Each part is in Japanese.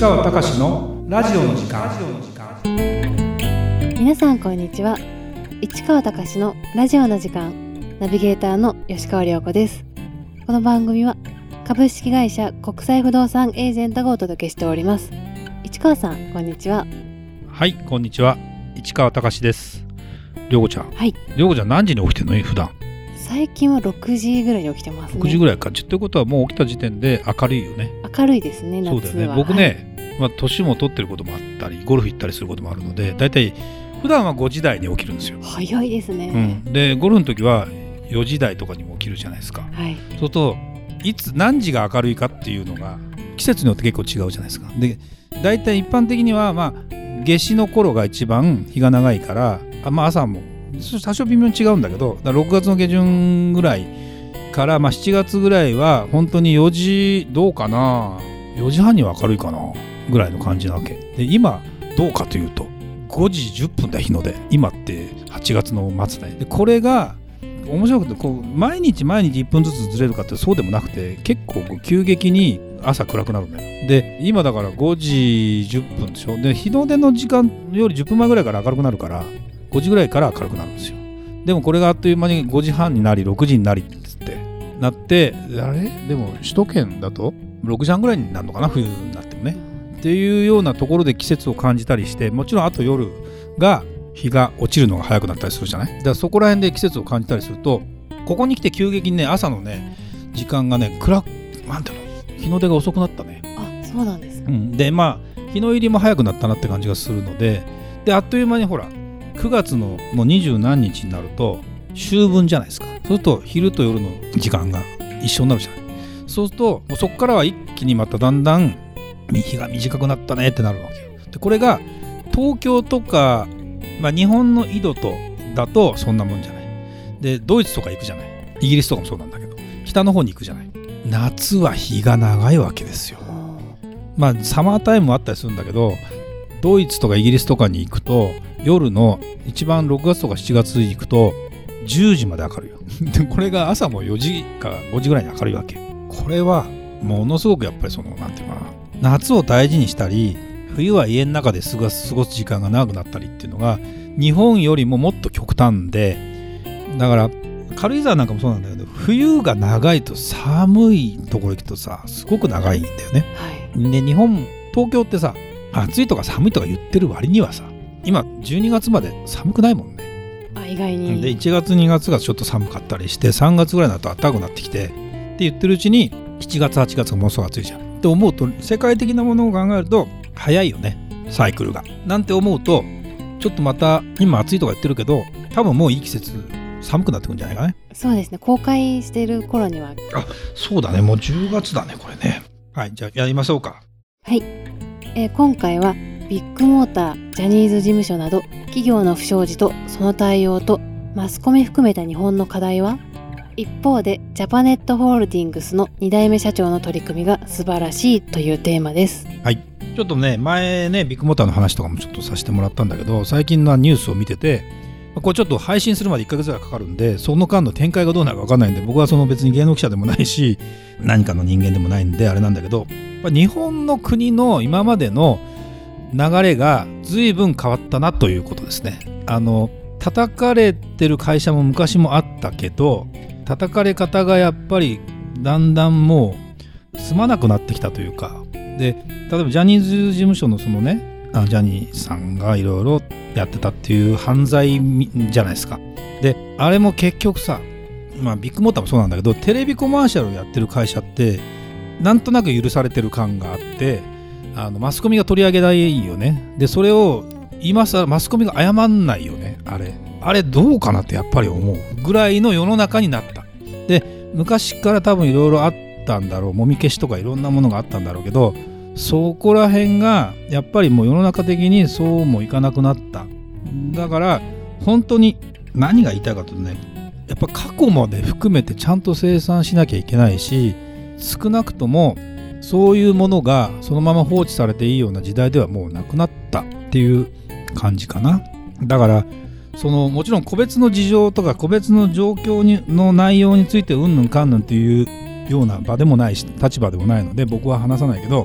川隆のラジオの時間。 皆さんこんにちは。市川隆のラジオの時間、ナビゲーターの吉川亮子です。この番組は株式会社国際不動産エージェントがお届けしております。市川さんこんにちは。 はい、こんにちは。市川隆です。亮子ちゃん、 はい、 亮子ちゃん何時に起きてんの？普段最近は6時ぐらいに起きてますね。 6時ぐらいか。ということはもう起きた時点で明るいよね。 明るいですね、夏は。 そうだよね。僕ね、年も取ってることもあったりゴルフ行ったりすることもあるので、だいたい普段は5時台に起きるんですよ。 早いですね、 でゴルフの時は4時台とかにも起きるじゃないですか、はい、そうすると何時が明るいかっていうのが季節によって結構違うじゃないですか。でだいたい一般的には、夏至の頃が一番日が長いから、朝も多少微妙に違うんだけど、6月の下旬ぐらいから、7月ぐらいは本当に4時どうかな、4時半には明るいかなぐらいの感じなわけで、今どうかというと5時10分だ、日の出。今って8月の末で、これが面白くて、毎日1分ずつずれるかってそうでもなくて、結構急激に朝暗くなるんだよ。で今だから5時10分でしょ。で日の出の時間より10分前ぐらいから明るくなるから、5時ぐらいから明るくなるんですよ。でもこれがあっという間に5時半になり6時になりってなって、でも首都圏だと6時半ぐらいになるのかな、冬になってもねっていうようなところで季節を感じたりして、もちろんあと夜が日が落ちるのが早くなったりするじゃない。だからそこら辺で季節を感じたりすると、ここに来て急激にね、朝のね時間がねなんていうの、日の出が遅くなったね。 あ、そうなんですか。 で日の入りも早くなったなって感じがするので、あっという間にほら9月のもう20何日になると秋分じゃないですか。そうすると昼と夜の時間が一緒になるじゃない。そうするともうそこからは一気にまただんだん日が短くなったねってなるわけよ。でこれが東京とか、日本の緯度とだとそんなもんじゃない。でドイツとか行くじゃない。イギリスとかもそうなんだけど、北の方に行くじゃない。夏は日が長いわけですよ。サマータイムもあったりするんだけど、ドイツとかイギリスとかに行くと夜の一番6月とか7月に行くと10時まで明るいよ。でこれが朝も4時か5時ぐらいに明るいわけ。これはものすごくやっぱりなんていうかな、夏を大事にしたり、冬は家の中で過ごす時間が長くなったりっていうのが日本よりももっと極端で、だから軽井沢なんかもそうなんだけど、冬が長いと寒いところ行くとさ、すごく長いんだよね、はい、で東京ってさ、暑いとか寒いとか言ってる割にはさ、今12月まで寒くないもんね。 意外に。で 1月2月がちょっと寒かったりして、3月ぐらいになると暖かくなってきてって言ってるうちに7月8月がものすごく暑いじゃんって思うと、世界的なものを考えると早いよね、サイクルが。なんて思うと、ちょっとまた今暑いとか言ってるけど、多分もういい季節寒くなってくるんじゃないかね。 そうですね、公開してる頃には。 そうだね、もう10月だねこれね。はい、じゃあやりましょうか。はい、 今回はビッグモーター、ジャニーズ事務所など企業の不祥事とその対応とマスコミ含めた日本の課題は、一方でジャパネットホールディングスの2代目社長の取り組みが素晴らしいというテーマです。 はい、ちょっとね前ねビッグモーターの話とかもちょっとさせてもらったんだけど、最近のニュースを見てて、これちょっと配信するまで1ヶ月ぐらいかかるんで、その間の展開がどうなるか分かんないんで、僕は別に芸能記者でもないし何かの人間でもないんであれなんだけど、日本の国の今までの流れが随分変わったなということですね。叩かれてる会社も昔もあったけど、叩かれ方がやっぱりだんだんもう済まなくなってきたというか、で例えばジャニーズ事務所のジャニーさんがいろいろやってたっていう犯罪じゃないですか。であれも結局さ、ビッグモーターもそうなんだけど、テレビコマーシャルをやってる会社ってなんとなく許されてる感があって、マスコミが取り上げないよね。でそれを今さマスコミが謝んないよね。あれどうかなってやっぱり思うぐらいの世の中になった。で昔から多分いろいろあったんだろう、もみ消しとかいろんなものがあったんだろうけど、そこら辺がやっぱりもう世の中的にそうもいかなくなった。だから本当に何が言いたいかというとね、やっぱ過去まで含めてちゃんと清算しなきゃいけないし、少なくともそういうものがそのまま放置されていいような時代ではもうなくなったっていう感じかな。だからもちろん個別の事情とか個別の状況の内容についてうんぬんかんぬんっていうような場でもないし立場でもないので僕は話さないけど、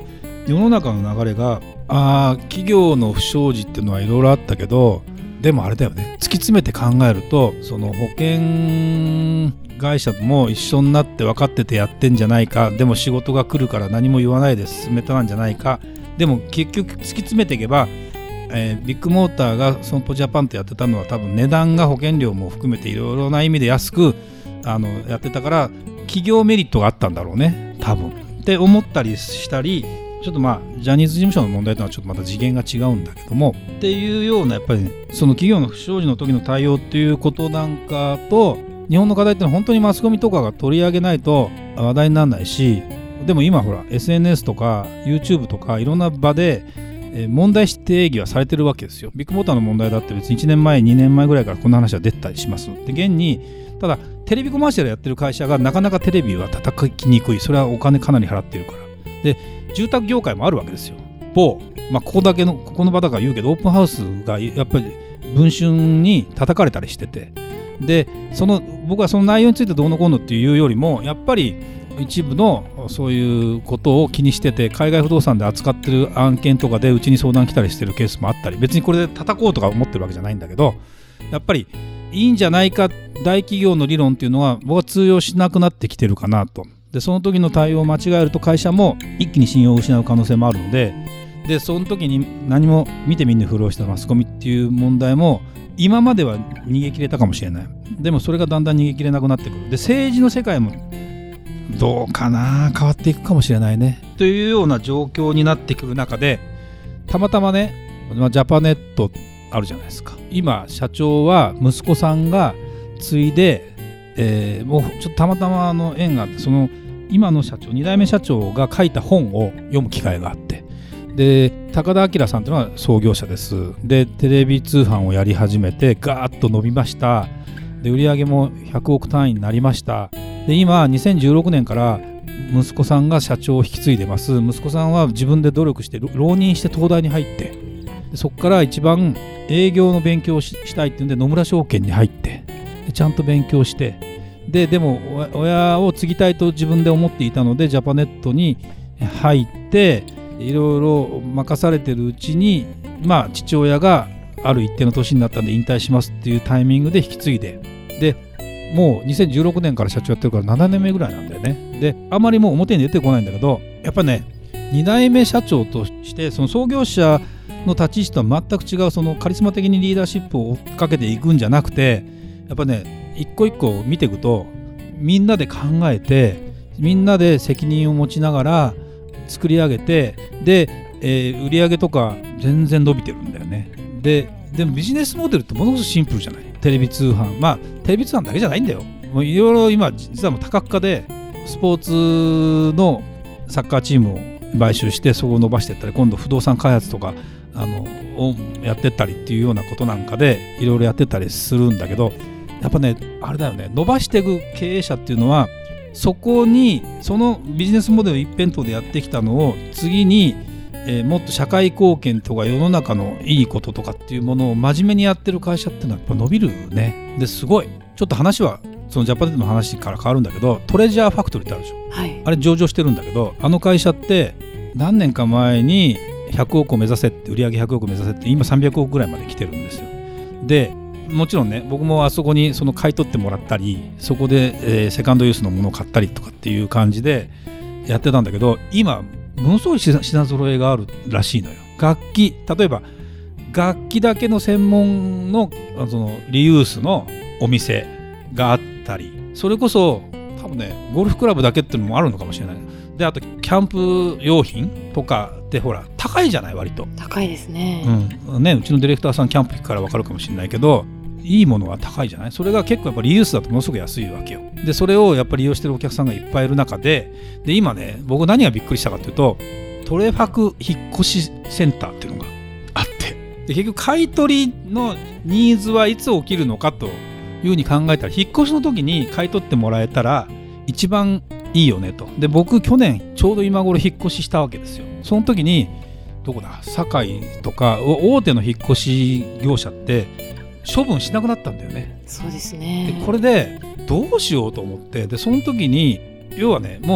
世の中の流れが企業の不祥事っていうのはいろいろあったけど、でもあれだよね、突き詰めて考えるとその保険会社も一緒になって分かっててやってんじゃないか、でも仕事が来るから何も言わないで進めたんじゃないか、でも結局突き詰めていけば、ビッグモーターが損保ジャパンとやってたのは多分値段が保険料も含めていろいろな意味で安くやってたから企業メリットがあったんだろうね多分って思ったりしたり、ちょっとジャニーズ事務所の問題というのはちょっとまた次元が違うんだけどもっていうようなやっぱり、ね、その企業の不祥事の時の対応っていうことなんかと日本の課題ってのは本当にマスコミとかが取り上げないと話題にならないし、でも今ほら SNS とか YouTube とかいろんな場で問題視定義はされてるわけですよ。ビッグモーターの問題だって別に1年前2年前ぐらいからこんな話は出てたりします。で現にただテレビコマーシャルやってる会社がなかなかテレビは叩きにくい、それはお金かなり払ってるからで、住宅業界もあるわけですよ。ここだけのここの場だから言うけどオープンハウスがやっぱり文春に叩かれたりしてて、で僕はその内容についてどうのこうのっていうよりもやっぱり一部のそういうことを気にしてて海外不動産で扱ってる案件とかでうちに相談来たりしてるケースもあったり、別にこれで叩こうとか思ってるわけじゃないんだけど、やっぱりいいんじゃないか大企業の理論っていうのは僕は通用しなくなってきてるかなと。でその時の対応を間違えると会社も一気に信用を失う可能性もあるので、その時に何も見て見ぬふりをしたマスコミっていう問題も今までは逃げ切れたかもしれない。でもそれがだんだん逃げ切れなくなってくる。で政治の世界もどうかな、変わっていくかもしれないねというような状況になってくる中で、たまたまねジャパネットあるじゃないですか。今社長は息子さんが継いで、もうちょっとたまたま縁があって、その今の社長2代目社長が書いた本を読む機会があって、で高田明さんというのは創業者です。でテレビ通販をやり始めてガーッと伸びました。で売上も100億単位になりました。で今2016年から息子さんが社長を引き継いでます。息子さんは自分で努力して浪人して東大に入って、でそこから一番営業の勉強をしたいっていうんで野村証券に入って、でちゃんと勉強して、でも親を継ぎたいと自分で思っていたのでジャパネットに入っていろいろ任されてるうちに、父親がある一定の年になったんで引退しますっていうタイミングで引き継いで、もう2016年から社長やってるから7年目ぐらいなんだよね。であまりもう表に出てこないんだけど、やっぱね2代目社長としてその創業者の立ち位置とは全く違う、そのカリスマ的にリーダーシップを追っかけていくんじゃなくて、やっぱね一個一個見ていくとみんなで考えてみんなで責任を持ちながら作り上げて、売上とか全然伸びてるんだよね。でもビジネスモデルってものすごくシンプルじゃない。テレビ通販、テレビ通販だけじゃないんだよ。もういろいろ今実はもう多角化でスポーツのサッカーチームを買収してそこを伸ばしていったり、今度不動産開発とかをやってったりっていうようなことなんかでいろいろやってったりするんだけど、やっぱねあれだよね、伸ばしていく経営者っていうのはそこにそのビジネスモデル一辺倒でやってきたのを次に、もっと社会貢献とか世の中のいいこととかっていうものを真面目にやってる会社っていうのはやっぱ伸びるね。ですごいちょっと話はそのジャパネットの話から変わるんだけど、トレジャーファクトリーってあるでしょ、はい、あれ上場してるんだけど、あの会社って何年か前に100億を目指せって売上100億目指せって今300億ぐらいまで来てるんですよ。でもちろんね僕もあそこにその買い取ってもらったりそこで、セカンドユースのものを買ったりとかっていう感じでやってたんだけど、今ものすごい品揃えがあるらしいのよ。楽器、例えば楽器だけの専門のそのリユースのお店があったり、それこそ多分ねゴルフクラブだけっていうのもあるのかもしれない。であとキャンプ用品とかってほら高いじゃない、割と高いですね。 うちのディレクターさんキャンプ行くから分かるかもしれないけど、いいものは高いじゃない。それが結構やっぱリユースだとものすごく安いわけよ。でそれをやっぱり利用してるお客さんがいっぱいいる中で、今ね僕何がびっくりしたかというと、トレファク引っ越しセンターっていうのがあって、で結局買い取りのニーズはいつ起きるのかというふうに考えたら、引っ越しの時に買い取ってもらえたら一番いいよねと。で僕去年ちょうど今頃引っ越ししたわけですよ。その時にどこだ、堺とか大手の引っ越し業者って処分しなくなったんだよね。 そうですね。 でこれでどうしようと思って、でその時に要はねもう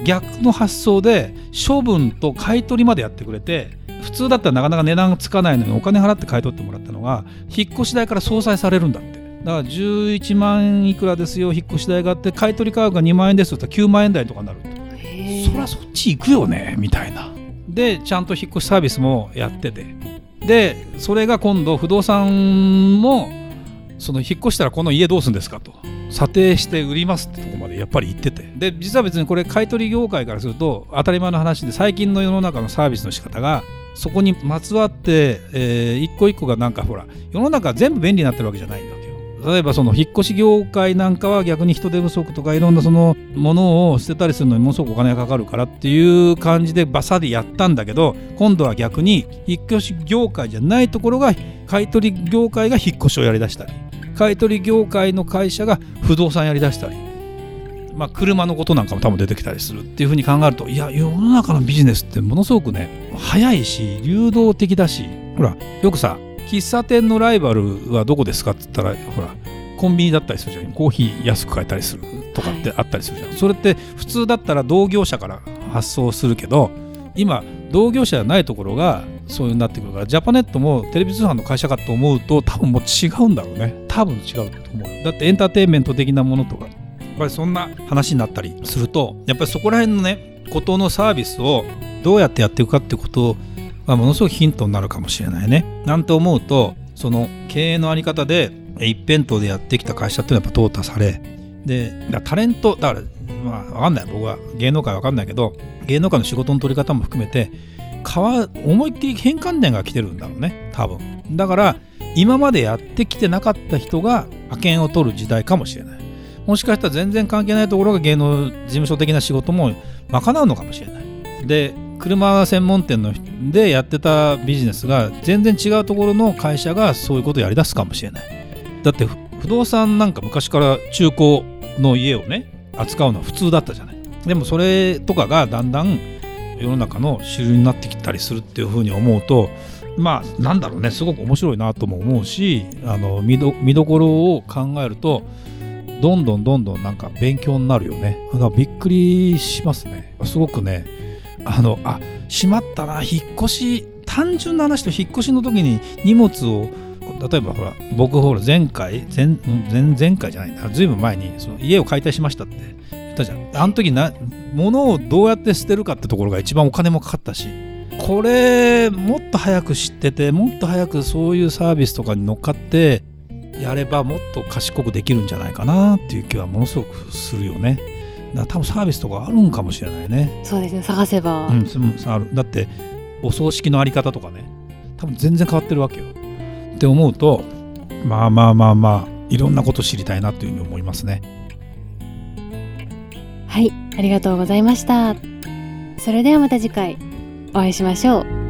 逆の発想で処分と買い取りまでやってくれて、普通だったらなかなか値段がつかないのにお金払って買い取ってもらったのが引っ越し代から相殺されるんだって。だから11万いくらですよ引っ越し代があって、買い取り価格が2万円ですと言ったら9万円台とかになる。そりゃそっち行くよねみたいな。でちゃんと引っ越しサービスもやってて、でそれが今度不動産もその引っ越したらこの家どうするんですかと査定して売りますってとこまでやっぱり言ってて、で実は別にこれ買い取り業界からすると当たり前の話で、最近の世の中のサービスの仕方がそこにまつわって、一個一個がなんかほら世の中全部便利になってるわけじゃないんだけど、例えばその引っ越し業界なんかは逆に人手不足とかいろんなそのものを捨てたりするのにものすごくお金がかかるからっていう感じでバサリやったんだけど、今度は逆に引っ越し業界じゃないところが買い取り業界が引っ越しをやりだしたり、買い取り業界の会社が不動産やりだしたり、車のことなんかも多分出てきたりするっていう風に考えると、いや世の中のビジネスってものすごくね早いし流動的だし、ほらよくさ喫茶店のライバルはどこですかって言ったらほらコンビニだったりするじゃん。コーヒー安く買えたりするとかってあったりするじゃん、それって普通だったら同業者から発送するけど、今同業者じゃないところがそういうになってくるから、ジャパネットもテレビ通販の会社かと思うと多分もう違うんだろうね。多分違うと思うよ。だってエンターテインメント的なものとかやっぱりそんな話になったりすると、やっぱりそこら辺のねことのサービスをどうやってやっていくかってことはものすごくヒントになるかもしれないね。なんて思うと、その経営のあり方で一辺倒でやってきた会社っていうのはやっぱ淘汰され、でタレントだから分かんない、僕は芸能界分かんないけど芸能界の仕事の取り方も含めて思いっきり変換点が来てるんだろうね多分。だから今までやってきてなかった人が派遣を取る時代かもしれない。もしかしたら全然関係ないところが芸能事務所的な仕事も賄うのかもしれない。で車専門店のでやってたビジネスが全然違うところの会社がそういうことをやりだすかもしれない。だって不動産なんか昔から中古の家をね扱うのは普通だったじゃない。でもそれとかがだんだん世の中の主流になってきたりするっていうふうに思うと、なんだろうね、すごく面白いなとも思うし、見どころを考えるとどんどんなんか勉強になるよね。だからびっくりしますね。すごくね、しまったな、引っ越し、単純な話と引っ越しの時に荷物を、例えばほら僕ほら前回じゃないんだ、ずいぶん前にその家を解体しましたって言ったじゃん。あの時物をどうやって捨てるかってところが一番お金もかかったし、これもっと早く知ってて、もっと早くそういうサービスとかに乗っかってやればもっと賢くできるんじゃないかなっていう気はものすごくするよね。だから多分サービスとかあるんかもしれないね。 そうですね、探せば、 ある。だってお葬式のあり方とかね、多分全然変わってるわけよって思うと、いろんなこと知りたいなというふうに思いますね。 はい、ありがとうございました。それではまた次回お会いしましょう。